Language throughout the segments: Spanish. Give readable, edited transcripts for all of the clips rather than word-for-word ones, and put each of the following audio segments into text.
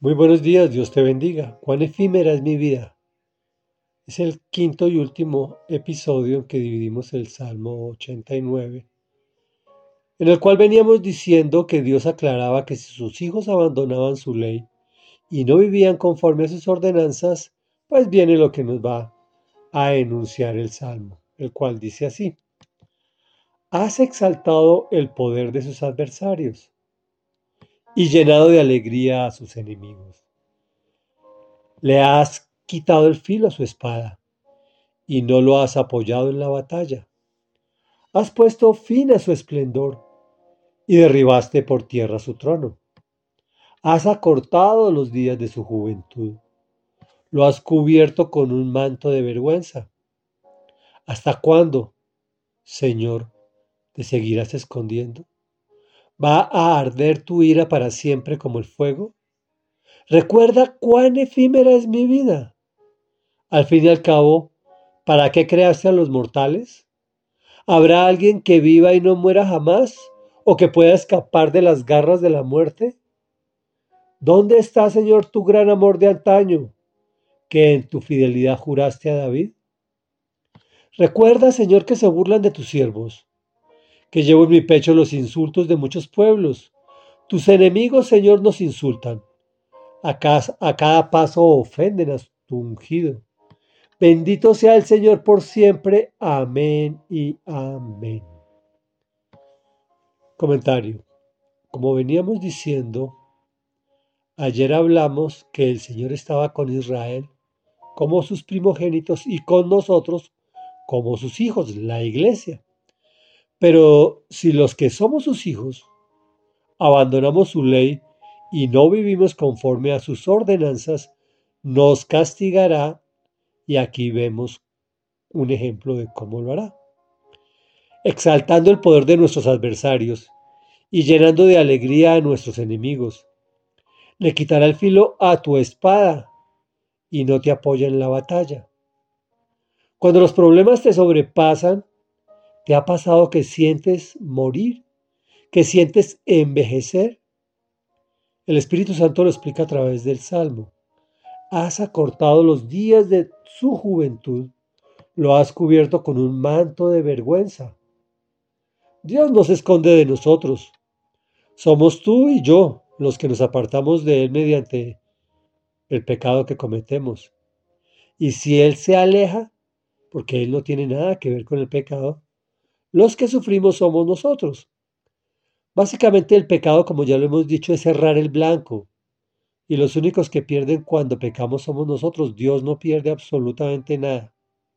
Muy buenos días, Dios te bendiga. Cuán efímera es mi vida. Es el quinto y último episodio en que dividimos el Salmo 89, en el cual veníamos diciendo que Dios aclaraba que si sus hijos abandonaban su ley y no vivían conforme a sus ordenanzas, pues viene lo que nos va a enunciar el Salmo, el cual dice así: Has exaltado el poder de sus adversarios y llenado de alegría a sus enemigos. Le has quitado el filo a su espada y no lo has apoyado en la batalla. Has puesto fin a su esplendor y derribaste por tierra su trono. Has acortado los días de su juventud. Lo has cubierto con un manto de vergüenza. ¿Hasta cuándo, Señor, te seguirás escondiendo? ¿Va a arder tu ira para siempre como el fuego? Recuerda cuán efímera es mi vida. Al fin y al cabo, ¿para qué creaste a los mortales? ¿Habrá alguien que viva y no muera jamás? ¿O que pueda escapar de las garras de la muerte? ¿Dónde está, Señor, tu gran amor de antaño, que en tu fidelidad juraste a David? Recuerda, Señor, que se burlan de tus siervos, que llevo en mi pecho los insultos de muchos pueblos. Tus enemigos, Señor, nos insultan. A cada paso ofenden a tu ungido. Bendito sea el Señor por siempre. Amén y amén. Comentario. Como veníamos diciendo, ayer hablamos que el Señor estaba con Israel como sus primogénitos y con nosotros como sus hijos, la iglesia. Pero si los que somos sus hijos abandonamos su ley y no vivimos conforme a sus ordenanzas, nos castigará, y aquí vemos un ejemplo de cómo lo hará. Exaltando el poder de nuestros adversarios y llenando de alegría a nuestros enemigos. Le quitará el filo a tu espada y no te apoya en la batalla. Cuando los problemas te sobrepasan, ¿te ha pasado que sientes morir? ¿Que sientes envejecer? El Espíritu Santo lo explica a través del Salmo. Has acortado los días de su juventud, lo has cubierto con un manto de vergüenza. Dios no se esconde de nosotros. Somos tú y yo los que nos apartamos de Él mediante el pecado que cometemos. Y si Él se aleja, porque Él no tiene nada que ver con el pecado, los que sufrimos somos nosotros. Básicamente el pecado, como ya lo hemos dicho, es cerrar el blanco. Y los únicos que pierden cuando pecamos somos nosotros. Dios no pierde absolutamente nada.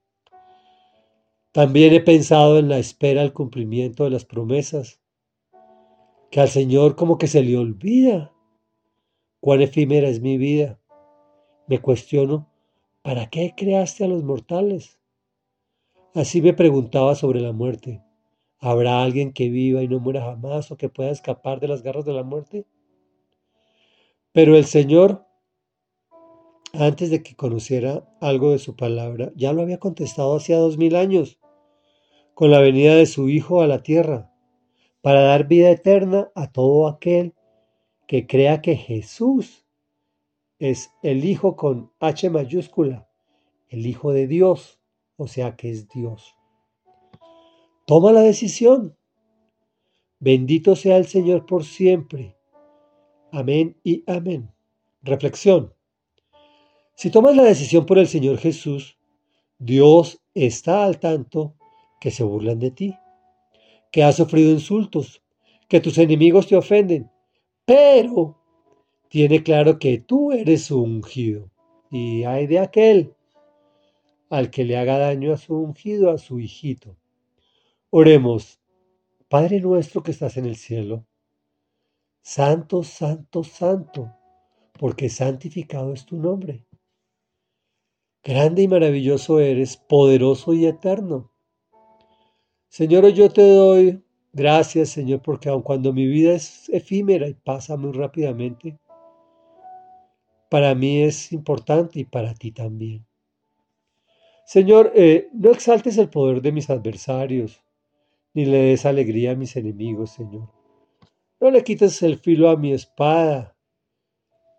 También he pensado en la espera al cumplimiento de las promesas, que al Señor como que se le olvida cuán efímera es mi vida. Me cuestiono, ¿para qué creaste a los mortales? Así me preguntaba sobre la muerte. ¿Habrá alguien que viva y no muera jamás o que pueda escapar de las garras de la muerte? Pero el Señor, antes de que conociera algo de su palabra, ya lo había contestado hacía 2000 años, con la venida de su Hijo a la tierra, para dar vida eterna a todo aquel que crea que Jesús es el Hijo con H mayúscula, el Hijo de Dios, o sea que es Dios. Toma la decisión. Bendito sea el Señor por siempre. Amén y amén. Reflexión. Si tomas la decisión por el Señor Jesús, Dios está al tanto que se burlan de ti, que has sufrido insultos, que tus enemigos te ofenden, pero tiene claro que tú eres su ungido. Y hay de aquel al que le haga daño a su ungido, a su hijito. Oremos. Padre nuestro que estás en el cielo, santo, santo, santo, porque santificado es tu nombre. Grande y maravilloso eres, poderoso y eterno. Señor, hoy yo te doy gracias, Señor, porque aun cuando mi vida es efímera y pasa muy rápidamente, para mí es importante y para ti también. Señor, no exaltes el poder de mis adversarios, ni le des alegría a mis enemigos, Señor. No le quites el filo a mi espada,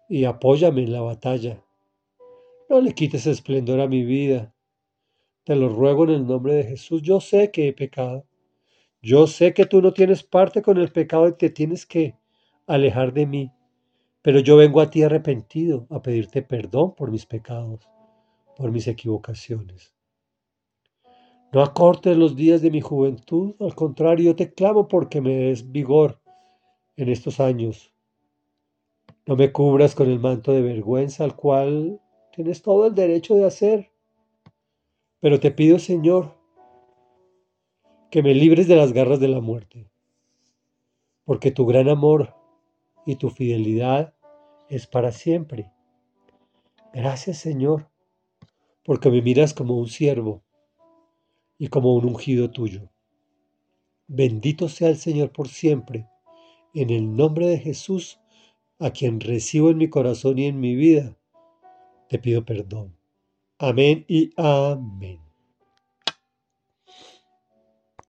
y apóyame en la batalla. No le quites esplendor a mi vida. Te lo ruego en el nombre de Jesús. Yo sé que he pecado. Yo sé que tú no tienes parte con el pecado y te tienes que alejar de mí. Pero yo vengo a ti arrepentido a pedirte perdón por mis pecados, por mis equivocaciones. No acortes los días de mi juventud, al contrario, yo te clamo porque me des vigor en estos años. No me cubras con el manto de vergüenza al cual tienes todo el derecho de hacer. Pero te pido, Señor, que me libres de las garras de la muerte, porque tu gran amor y tu fidelidad es para siempre. Gracias, Señor, porque me miras como un siervo y como un ungido tuyo. Bendito sea el Señor por siempre. En el nombre de Jesús, a quien recibo en mi corazón y en mi vida, te pido perdón. Amén y amén.